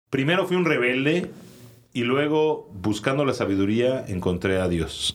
Primero fui un rebelde y luego, buscando la sabiduría, encontré a Dios.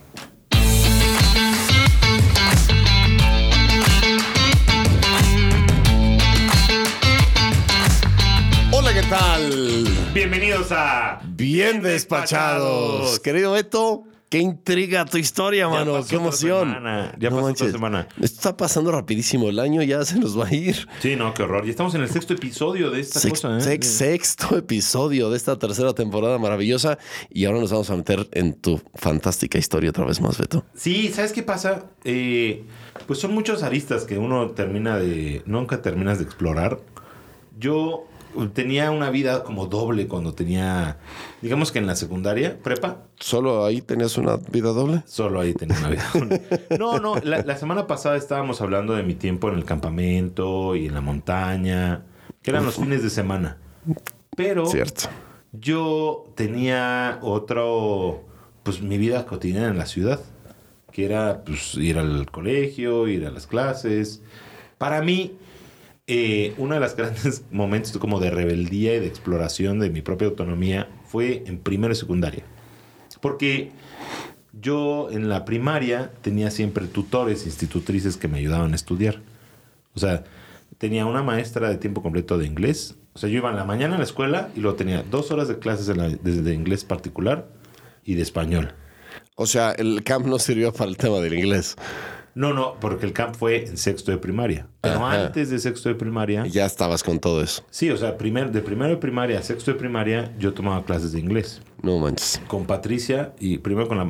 Hola, ¿qué tal? Bienvenidos a Bien Despachados. Querido Beto, qué intriga tu historia, mano. Qué emoción. Ya pasó otra semana. Está pasando rapidísimo el año, ya se nos va a ir. Sí, no, qué horror. Ya estamos en el 6º episodio de esta cosa, ¿eh? Sexto episodio de esta tercera temporada maravillosa. Y ahora nos vamos a meter en tu fantástica historia otra vez más, Beto. Sí, ¿sabes qué pasa? Pues son muchos aristas que uno nunca terminas de explorar. Yo tenía una vida como doble cuando tenía, digamos que en la secundaria, prepa. ¿Solo ahí tenías una vida doble? Solo ahí tenía una vida doble. No, la semana pasada estábamos hablando de mi tiempo en el campamento y en la montaña, que eran los fines de semana. Pero cierto. Yo tenía pues mi vida cotidiana en la ciudad, que era pues ir al colegio, ir a las clases. Para mí, uno de los grandes momentos como de rebeldía y de exploración de mi propia autonomía fue en primero y secundaria. Porque yo en la primaria tenía siempre tutores, institutrices que me ayudaban a estudiar. O sea, tenía una maestra de tiempo completo de inglés. O sea, yo iba en la mañana a la escuela y luego tenía 2 horas de clases de inglés particular y de español. O sea, el camp no sirvió para el tema del inglés. No, porque el camp fue en 6º de primaria. Pero antes de 6º de primaria... Ya estabas con todo eso. Sí, o sea, de primero de primaria a 6º de primaria yo tomaba clases de inglés. No manches. Con Patricia y primero con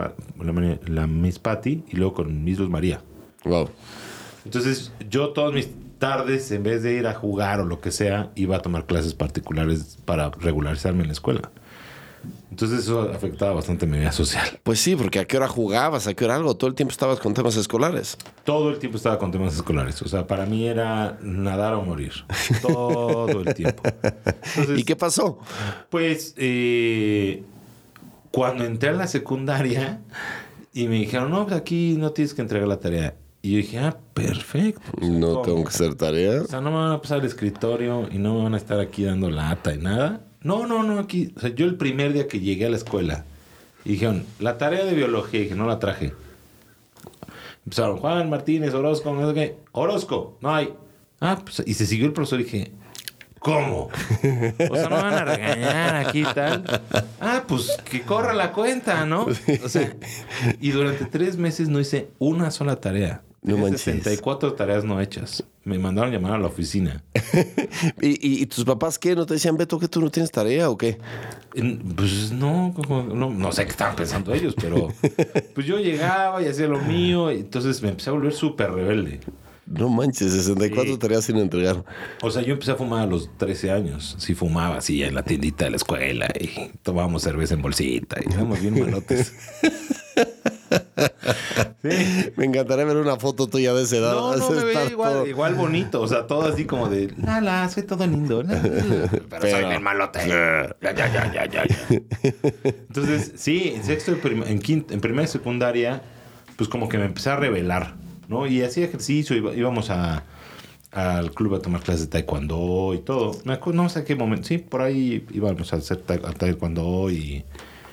la Miss Patty y luego con Miss Luz María. Wow. Entonces yo todas mis tardes, en vez de ir a jugar o lo que sea, iba a tomar clases particulares para regularizarme en la escuela. Entonces eso afectaba bastante mi vida social. Pues sí, porque ¿a qué hora jugabas? ¿A qué hora algo? Todo el tiempo estabas con temas escolares. Todo el tiempo estaba con temas escolares. O sea, para mí era nadar o morir. Todo el tiempo. Entonces, ¿y qué pasó? Pues cuando entré a la secundaria y me dijeron, no, pues aquí no tienes que entregar la tarea. Y yo dije, perfecto. O sea, no tengo que hacer tarea. O sea, no me van a pasar el escritorio y no me van a estar aquí dando lata y nada. No, aquí. O sea, yo el primer día que llegué a la escuela y dijeron, la tarea de biología, y dije, no la traje. Empezaron, Juan Martínez, Orozco, no sé qué. Orozco, no hay. Pues, y se siguió el profesor y dije, ¿cómo? O sea, no me van a regañar aquí y tal. Pues que corra la cuenta, ¿no? O sea, y durante 3 meses no hice una sola tarea. No manches. 64 tareas no hechas. Me mandaron llamar a la oficina. ¿Y tus papás qué? ¿No te decían, Beto, que tú no tienes tarea o qué? Pues no sé qué estaban pensando ellos, pero pues yo llegaba y hacía lo mío. Y entonces me empecé a volver súper rebelde. No manches, 64 tareas sin entregar. O sea, yo empecé a fumar a los 13 años. Sí, fumaba así en la tiendita de la escuela y tomábamos cerveza en bolsita y éramos bien malotes. Sí. Me encantaría ver una foto tuya de esa edad. No, me veía igual bonito. O sea, todo así como de, soy todo lindo. Pero soy bien malote. Ya. Entonces, sí, en primera y secundaria, pues como que me empecé a rebelar, ¿no? Y hacía ejercicio, íbamos al club a tomar clases de taekwondo y todo. No sé a qué momento. Sí, por ahí íbamos a hacer taekwondo y...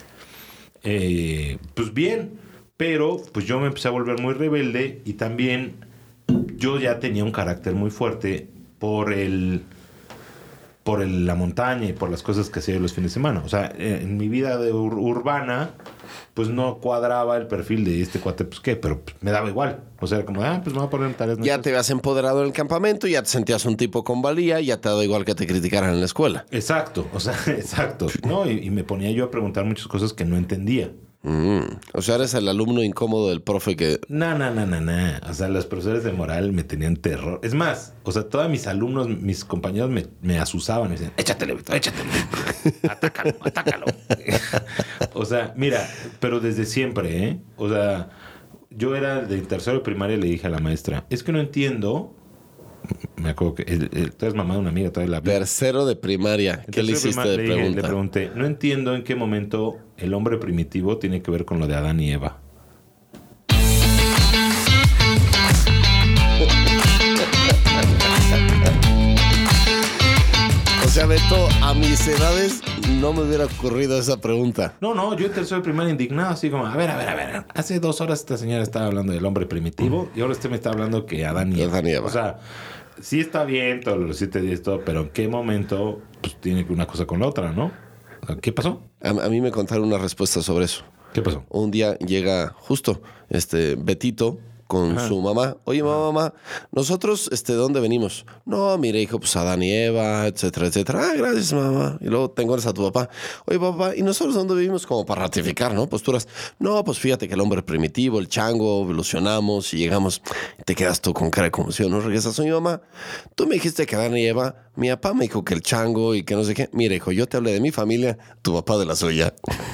pues bien, pero pues yo me empecé a volver muy rebelde y también yo ya tenía un carácter muy fuerte por la montaña y por las cosas que hacía los fines de semana. O sea, en mi vida urbana pues no cuadraba el perfil de este cuate, pues qué, pero pues, me daba igual. O sea, como, pues me voy a poner en tareas. Ya te habías empoderado en el campamento, ya te sentías un tipo con valía, ya te daba igual que te criticaran en la escuela. Exacto, exacto. ¿No? Y me ponía yo a preguntar muchas cosas que no entendía. O sea, eres el alumno incómodo del profe que... No. O sea, los profesores de moral me tenían terror. Es más, o sea, todos mis alumnos, mis compañeros me asusaban. Me decían, échatele. Atácalo. O sea, mira, pero desde siempre, ¿eh? O sea, yo era de tercero de primaria y le dije a la maestra, es que no entiendo... Me acuerdo que tú eres mamá de una amiga, todavía la vi. Tercero de primaria. ¿Qué le hiciste de pregunta? Le pregunté, no entiendo en qué momento el hombre primitivo tiene que ver con lo de Adán y Eva. O sea, Beto, a mis edades no me hubiera ocurrido esa pregunta. No, yo en tercero de primaria indignado, así como, a ver. Hace 2 horas esta señora estaba hablando del hombre primitivo y ahora usted me está hablando que Adán y Eva. O sea, sí está bien todos los 7 días, todo, pero ¿en qué momento pues, tiene que una cosa con la otra, no? O sea, ¿qué pasó? A mí me contaron una respuesta sobre eso. ¿Qué pasó? Un día llega justo Betito con su mamá. Oye, mamá, nosotros, ¿de dónde venimos? No, mire, hijo, pues Adán y Eva, etcétera, etcétera. Ah, gracias, mamá. Y luego te encuentras a tu papá. Oye, papá, ¿y nosotros dónde vivimos? Como para ratificar, ¿no? Posturas. No, pues fíjate que el hombre primitivo, el chango, evolucionamos y llegamos. Te quedas tú con cara de confusión, ¿no? Regresas, oye, mamá, tú me dijiste que Adán y Eva, mi papá me dijo que el chango y que no sé qué. Mire, hijo, yo te hablé de mi familia, tu papá de la suya.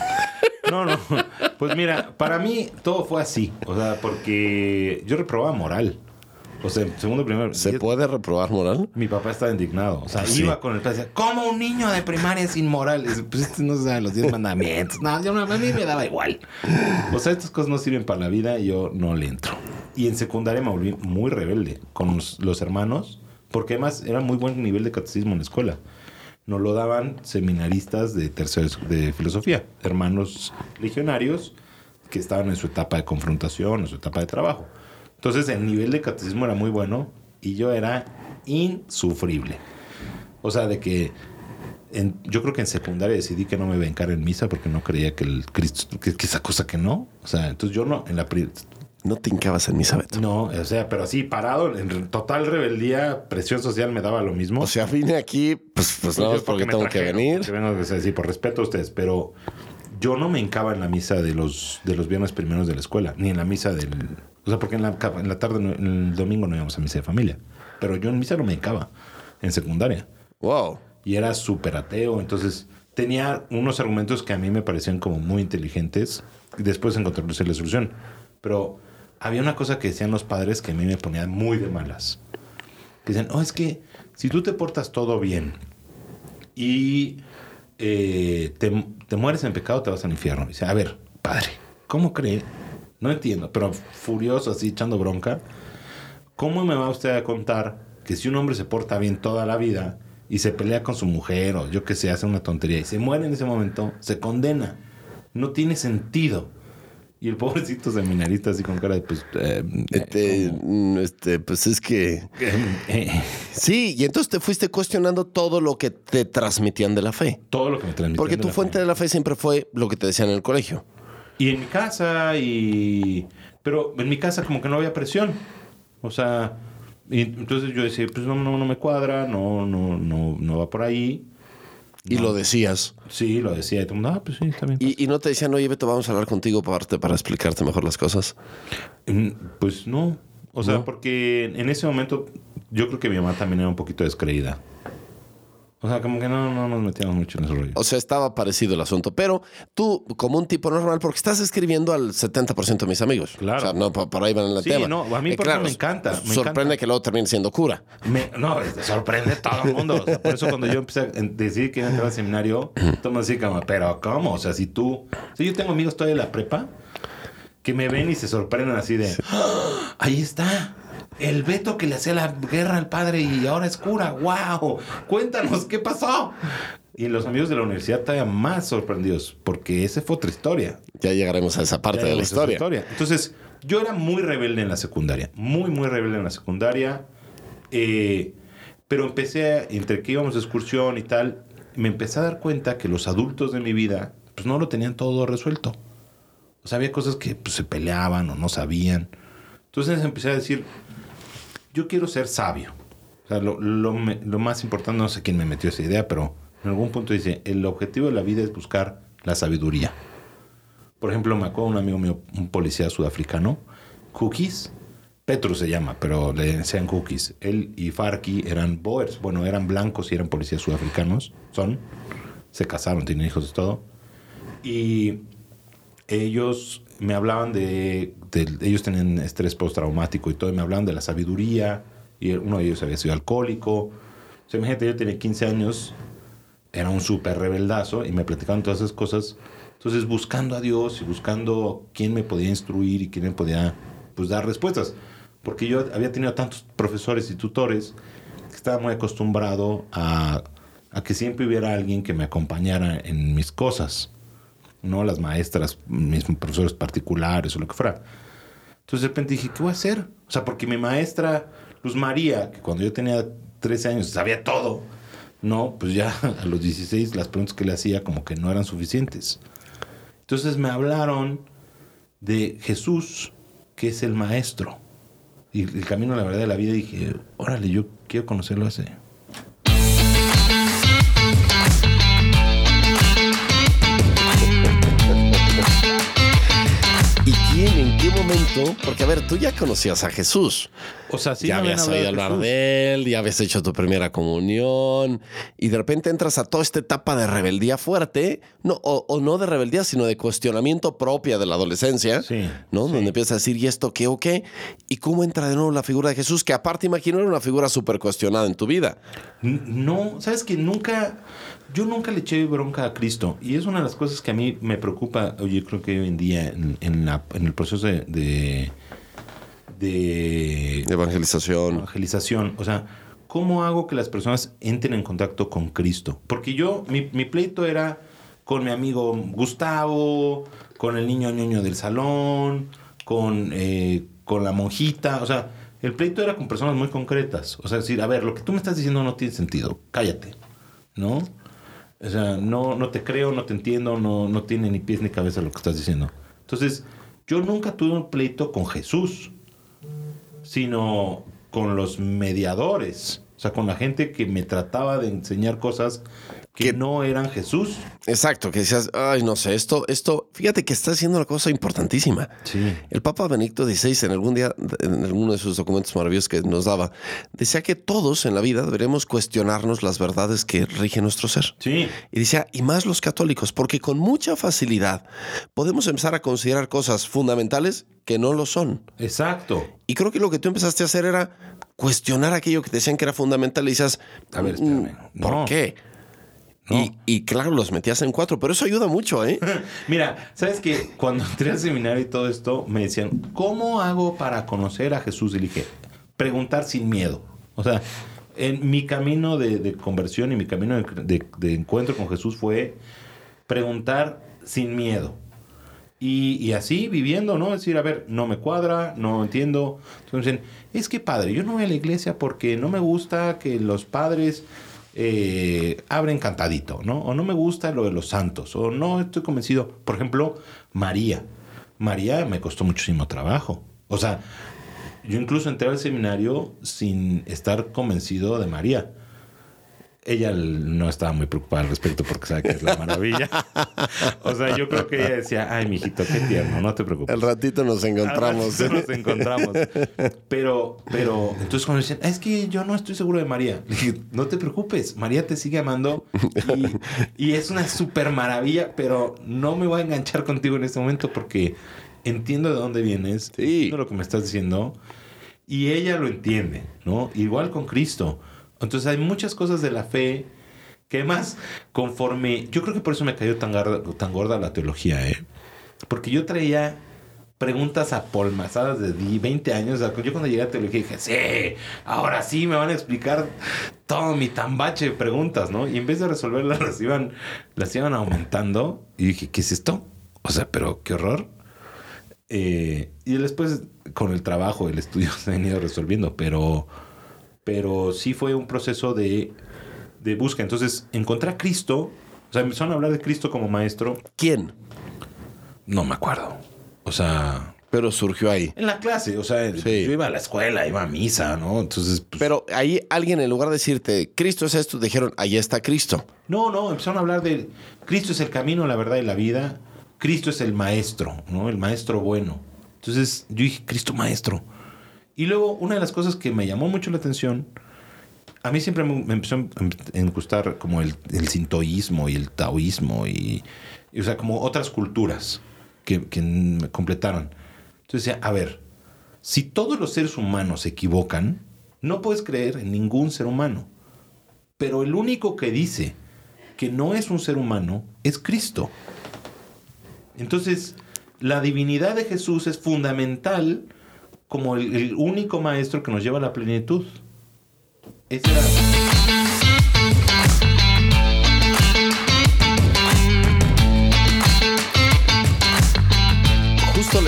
No. Pues mira, para mí todo fue así. O sea, porque yo reprobaba moral. O sea, en segundo primero. ¿Se puede reprobar moral? Mi papá estaba indignado. O sea, Sí. iba con el padre y decía, ¿cómo un niño de primaria sin moral? Pues no sabe los 10 mandamientos. No, a mí me daba igual. O sea, estas cosas no sirven para la vida y yo no le entro. Y en secundaria me volví muy rebelde con los hermanos, porque además era muy buen nivel de catecismo en la escuela. Nos lo daban seminaristas de tercero de filosofía, hermanos legionarios que estaban en su etapa de confrontación, en su etapa de trabajo. Entonces el nivel de catecismo era muy bueno y yo era insufrible. O sea, de que yo creo que en secundaria decidí que no me iba a hincar en misa porque no creía que el Cristo, que esa cosa que no. O sea, entonces yo no, No te hincabas en misa, Beto. no, o sea, pero así parado, en total rebeldía, presión social me daba lo mismo. O sea, vine aquí, pues nada más porque tengo que venir. Porque vengo, o sea, sí, por respeto a ustedes, pero yo no me hincaba en la misa de los viernes primeros de la escuela, ni en la misa del... O sea, porque en la tarde, en el domingo no íbamos a misa de familia. Pero yo en misa no me hincaba, en secundaria. Wow. Y era súper ateo, entonces tenía unos argumentos que a mí me parecían como muy inteligentes. Y después encontré la solución. Pero había una cosa que decían los padres que a mí me ponía muy de malas. Que decían, es que si tú te portas todo bien y te mueres en pecado, te vas al infierno. Dice, a ver, padre, ¿cómo cree? No entiendo, pero furioso, así echando bronca. ¿Cómo me va usted a contar que si un hombre se porta bien toda la vida y se pelea con su mujer o yo qué sé, hace una tontería y se muere en ese momento, se condena? No tiene sentido. Y el pobrecito seminarista así con cara de pues... pues es que... Sí, y entonces te fuiste cuestionando todo lo que te transmitían de la fe. Todo lo que me transmitían. Porque tu fuente de la fe siempre fue lo que te decían en el colegio. Y en mi casa, pero en mi casa como que no había presión. O sea, y entonces yo decía, pues no me cuadra, no va por ahí. Y lo decías. Sí, lo decía. Y todo el mundo, pues sí, está bien. Y no te decían, oye, Beto, vamos a hablar contigo para explicarte mejor las cosas. Pues no. O sea, ¿No? porque en ese momento yo creo que mi mamá también era un poquito descreída. O sea, como que no nos metíamos mucho en ese rollo. O sea, estaba parecido el asunto. Pero tú, como un tipo normal, porque estás escribiendo al 70% de mis amigos. Claro. O sea, no, por ahí van en el Sí, tema. no, a mí por eso me encanta. Sorprende que luego termine siendo cura. No, sorprende todo el mundo. O sea, por eso cuando yo empecé a decir que iba a entrar al seminario, todos así como, pero ¿cómo? O sea, si tú... yo tengo amigos todavía de la prepa que me ven y se sorprenden así de... ¡Ah! Ahí está. El Beto que le hacía la guerra al padre y ahora es cura. ¡Wow! Cuéntanos, ¿qué pasó? Y los amigos de la universidad todavía más sorprendidos, porque esa fue otra historia. Ya llegaremos a esa parte de la historia. Entonces, yo era muy rebelde en la secundaria. Muy rebelde en la secundaria. Pero entre que íbamos de excursión y tal, me empecé a dar cuenta que los adultos de mi vida, pues no lo tenían todo resuelto. O sea, había cosas que pues, se peleaban o no sabían. Entonces empecé a decir, yo quiero ser sabio. O sea, lo más importante, no sé quién me metió esa idea, pero en algún punto dice, el objetivo de la vida es buscar la sabiduría. Por ejemplo, me acuerdo de un amigo mío, un policía sudafricano, Cookies, Petrus se llama, pero le decían Cookies. Él y Farki eran boers, bueno, eran blancos y eran policías sudafricanos, se casaron, tienen hijos y todo. Y ellos me hablaban ellos tenían estrés postraumático y todo, y me hablaban de la sabiduría, y uno de ellos había sido alcohólico. O sea, imagínate, yo tenía 15 años, era un súper rebeldazo, y me platicaban todas esas cosas. Entonces, buscando a Dios y buscando quién me podía instruir y quién me podía pues, dar respuestas. Porque yo había tenido tantos profesores y tutores que estaba muy acostumbrado a a que siempre hubiera alguien que me acompañara en mis cosas, ¿no? Las maestras, mis profesores particulares o lo que fuera. Entonces de repente dije, ¿qué voy a hacer? O sea, porque mi maestra Luz María, que cuando yo tenía 13 años sabía todo, no, pues ya a los 16 las preguntas que le hacía como que no eran suficientes. Entonces me hablaron de Jesús, que es el maestro. Y el camino a la verdad de la vida, dije, órale, yo quiero conocerlo a ese. ¿Y quién, en qué momento? Porque, a ver, tú ya conocías a Jesús. O sea, sí ya me habías habían oído hablado hablar de de él, ya habías hecho tu primera comunión, y de repente entras a toda esta etapa de rebeldía fuerte, no, o no de rebeldía, sino de cuestionamiento propia de la adolescencia, Sí, ¿no? sí. Donde empiezas a decir, ¿y esto qué o qué? ¿Y cómo entra de nuevo la figura de Jesús? Que aparte, imagino, era una figura súper cuestionada en tu vida. No, sabes que yo nunca le eché bronca a Cristo. Y es una de las cosas que a mí me preocupa, yo creo que hoy en día, en el proceso de evangelización. O sea, ¿cómo hago que las personas entren en contacto con Cristo? Porque mi pleito era con mi amigo Gustavo, con el niño ñoño del salón, con la monjita. O sea, el pleito era con personas muy concretas. O sea, decir, a ver, lo que tú me estás diciendo no tiene sentido. Cállate, ¿no? O sea, no te creo, no te entiendo, no tiene ni pies ni cabeza lo que estás diciendo. Entonces, yo nunca tuve un pleito con Jesús, sino con los mediadores. O sea, con la gente que me trataba de enseñar cosas que no eran Jesús. Exacto, que decías, ay, no sé, esto, fíjate que está haciendo una cosa importantísima. Sí. El Papa Benedicto XVI, en alguno de sus documentos maravillosos que nos daba, decía que todos en la vida deberemos cuestionarnos las verdades que rigen nuestro ser. Sí. Y decía, y más los católicos, porque con mucha facilidad podemos empezar a considerar cosas fundamentales que no lo son. Exacto. Y creo que lo que tú empezaste a hacer era cuestionar aquello que te decían que era fundamental y decías, A ver, espérame. ¿por No. qué? No. Y claro, los metías en 4, pero eso ayuda mucho, ¿eh? Mira, ¿sabes qué? Cuando entré al seminario y todo esto, me decían, ¿cómo hago para conocer a Jesús? Y le dije, preguntar sin miedo. O sea, en mi camino de conversión y mi camino de encuentro con Jesús fue preguntar sin miedo. Y así viviendo, ¿no? Es decir, a ver, no me cuadra, no entiendo. Entonces dicen, es que padre, yo no voy a la iglesia porque no me gusta que los padres abren cantadito, ¿no? O no me gusta lo de los santos, o no estoy convencido. Por ejemplo, María me costó muchísimo trabajo. O sea, yo incluso entré al seminario sin estar convencido de María. Ella no estaba muy preocupada al respecto porque sabe que es la maravilla. O sea, yo creo que ella decía, ay, mijito, qué tierno, no te preocupes. Al ratito nos encontramos. Nos encontramos. Pero, entonces cuando dicen, es que yo no estoy seguro de María. Le dije, no te preocupes, María te sigue amando y es una súper maravilla, pero no me voy a enganchar contigo en este momento porque entiendo de dónde vienes, entiendo lo que me estás diciendo y ella lo entiende, ¿no? Igual con Cristo. Entonces hay muchas cosas de la fe que además conforme... Yo creo que por eso me cayó tan gorda la teología, ¿eh? Porque yo traía preguntas apolmazadas de 20 años. O sea, yo cuando llegué a teología dije, sí, ahora sí me van a explicar todo mi tambache de preguntas, ¿no? Y en vez de resolverlas las iban aumentando. Y dije, ¿qué es esto? O sea, pero qué horror. Y después con el trabajo, el estudio se han ido resolviendo, pero sí fue un proceso de búsqueda. Entonces, encontré a Cristo. O sea, empezaron a hablar de Cristo como maestro. ¿Quién? No me acuerdo. O sea... Pero surgió ahí. En la clase. O sea, sí. Yo iba a la escuela, iba a misa, ¿no? Entonces... Pues, pero ahí alguien, en lugar de decirte, Cristo es esto, dijeron, ahí está Cristo. No. Empezaron a hablar de... Cristo es el camino, la verdad y la vida. Cristo es el maestro, ¿no? El maestro bueno. Entonces, yo dije, Cristo maestro. Y luego, una de las cosas que me llamó mucho la atención, a mí siempre me empezó a gustar como el sintoísmo y el taoísmo y, o sea, como otras culturas que me completaron. Entonces decía, a ver, si todos los seres humanos se equivocan, no puedes creer en ningún ser humano. Pero el único que dice que no es un ser humano es Cristo. Entonces, la divinidad de Jesús es fundamental como el único maestro que nos lleva a la plenitud. Ese era...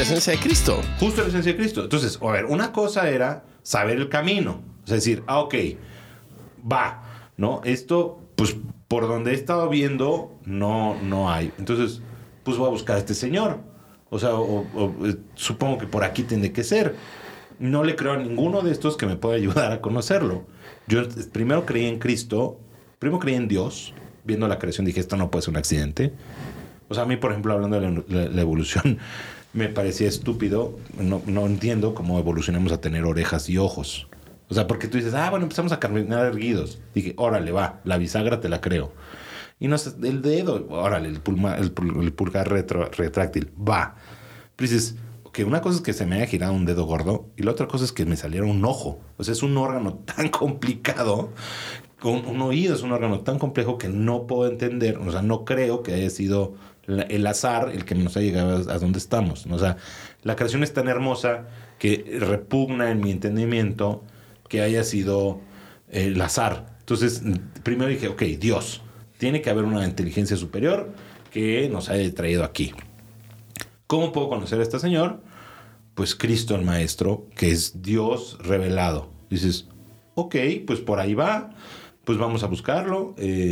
esencia de Cristo. Justo la esencia de Cristo. Entonces, a ver, una cosa era saber el camino. O sea, decir, ok, va, ¿no? Esto, pues, por donde he estado viendo, no hay. Entonces, pues voy a buscar a este señor. O sea, supongo que por aquí tiene que ser. No le creo a ninguno de estos que me pueda ayudar a conocerlo. Yo primero creí en Cristo, primero creí en Dios. Viendo la creación dije, esto no puede ser un accidente. O sea, a mí, por ejemplo, hablando de la evolución, me parecía estúpido. No entiendo cómo evolucionamos a tener orejas y ojos. O sea, porque tú dices, bueno, empezamos a caminar erguidos. Dije, órale, va, la bisagra te la creo. Y no sé, el dedo, órale, el pulgar retráctil, va. Pero dices, que una cosa es que se me haya girado un dedo gordo y la otra cosa es que me saliera un ojo. O sea, es un órgano tan complicado. Un oído es un órgano tan complejo que no puedo entender. O sea, no creo que haya sido el azar el que nos ha llegado a donde estamos. O sea, la creación es tan hermosa que repugna en mi entendimiento que haya sido el azar. Entonces, primero dije, ok, Dios. Tiene que haber una inteligencia superior que nos haya traído aquí. ¿Cómo puedo conocer a este señor? Pues Cristo el Maestro, que es Dios revelado. Dices, ok, pues por ahí va. Pues vamos a buscarlo.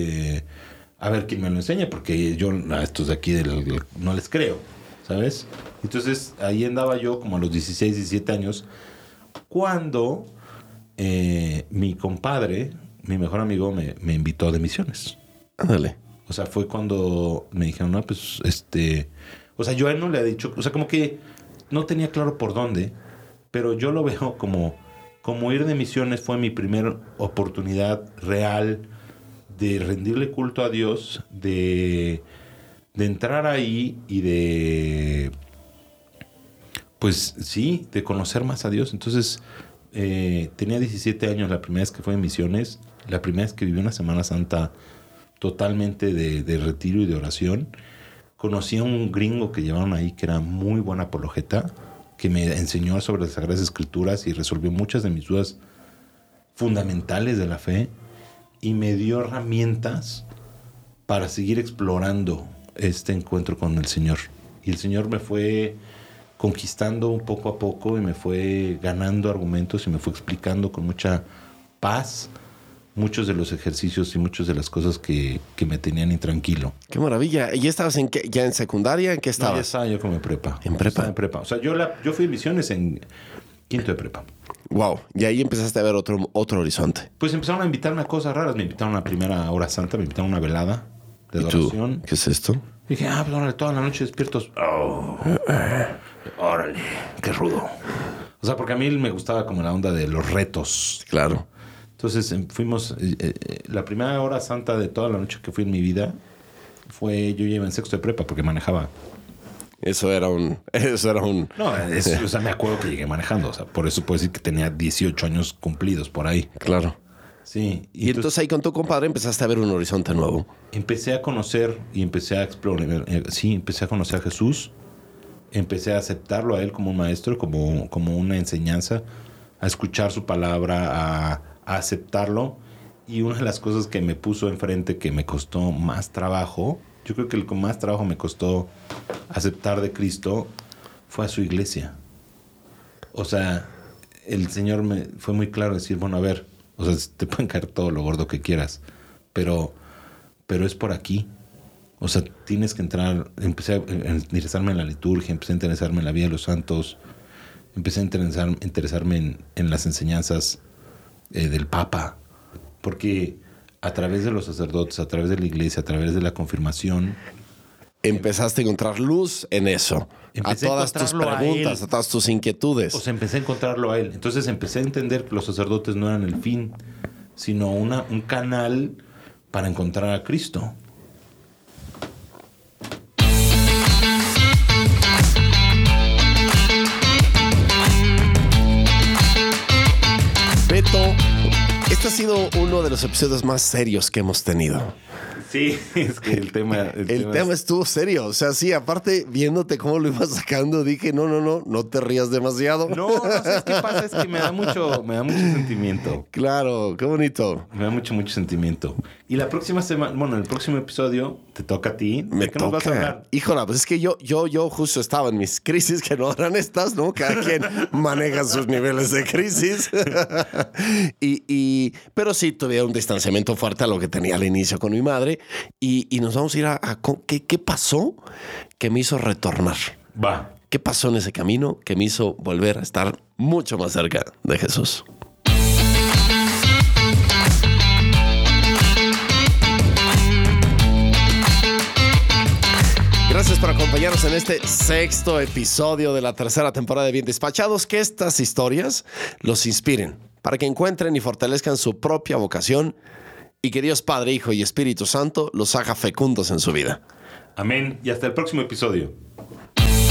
A ver quién me lo enseña, porque yo a estos de aquí no les creo, ¿sabes? Entonces, ahí andaba yo como a los 16, 17 años, cuando mi compadre, mi mejor amigo, me invitó de misiones. Ándale. O sea, fue cuando me dijeron, no, pues, o sea, yo a él no le he dicho, o sea, como que no tenía claro por dónde, pero yo lo veo como ir de misiones fue mi primera oportunidad real de rendirle culto a Dios, de entrar ahí y de, pues, sí, de conocer más a Dios. Entonces, tenía 17 años la primera vez que fue de misiones, la primera vez que viví una Semana Santa totalmente de retiro y de oración. Conocí a un gringo que llevaron ahí que era muy buena apologeta, que me enseñó sobre las Sagradas Escrituras y resolvió muchas de mis dudas fundamentales de la fe y me dio herramientas para seguir explorando este encuentro con el Señor. Y el Señor me fue conquistando un poco a poco y me fue ganando argumentos y me fue explicando con mucha paz muchos de los ejercicios y muchas de las cosas que me tenían intranquilo. ¡Qué maravilla! ¿Y estabas ya en secundaria? ¿En qué estabas? No, ya estaba yo como en prepa. ¿En prepa? Estaba en prepa. O sea, yo fui a misiones en quinto de prepa. Wow. Y ahí empezaste a ver otro horizonte. Pues empezaron a invitarme a cosas raras. Me invitaron a la primera hora santa, me invitaron a una velada de adoración. ¿Qué es esto? Dije, pues órale, toda la noche despiertos. Órale, qué rudo. O sea, porque a mí me gustaba como la onda de los retos. Claro. Entonces fuimos, la primera hora santa de toda la noche que fui en mi vida fue, yo iba en sexto de prepa porque manejaba. Eso era un... No, o sea, me acuerdo que llegué manejando, o sea, por eso puedo decir que tenía 18 años cumplidos por ahí. Claro. Sí. Y entonces ahí con tu compadre empezaste a ver un horizonte nuevo. Empecé a conocer y empecé a explorar, empecé a conocer a Jesús, empecé a aceptarlo a él como un maestro, como una enseñanza, a escuchar su palabra, a aceptarlo. Y una de las cosas que me puso enfrente que me costó más trabajo, yo creo que el que más trabajo me costó aceptar de Cristo fue a su iglesia. O sea, el Señor me fue muy claro decir, bueno, a ver, o sea, te pueden caer todo lo gordo que quieras, pero es por aquí. O sea, tienes que entrar. Empecé a interesarme en la liturgia, empecé a interesarme en la vida de los santos, empecé a interesarme en las enseñanzas del Papa, porque a través de los sacerdotes, a través de la iglesia, a través de la confirmación, empezaste a encontrar luz en eso. A todas tus preguntas, a todas tus inquietudes. O sea, empecé a encontrarlo a él. Entonces empecé a entender que los sacerdotes no eran el fin, sino un canal para encontrar a Cristo. Beto, este ha sido uno de los episodios más serios que hemos tenido. Sí, es que el tema... El tema estuvo serio. O sea, sí, aparte, viéndote cómo lo ibas sacando, dije, no te rías demasiado. No, ¿sabes qué pasa? Es que me da mucho sentimiento. Claro, qué bonito. Me da mucho sentimiento. Y la próxima semana, bueno, el próximo episodio te toca a ti. Me qué nos vas a toca. hablar? Híjola, pues es que yo justo estaba en mis crisis, que no eran estas, ¿no? Cada quien maneja sus niveles de crisis. Pero sí tuve un distanciamiento fuerte a lo que tenía al inicio con mi madre. Y nos vamos a ir a ¿qué pasó que me hizo retornar? Va. ¿Qué pasó en ese camino que me hizo volver a estar mucho más cerca de Jesús? Gracias por acompañarnos en este 6º episodio de la 3ª temporada de Bien Despachados. Que estas historias los inspiren para que encuentren y fortalezcan su propia vocación y que Dios Padre, Hijo y Espíritu Santo los haga fecundos en su vida. Amén. Y hasta el próximo episodio.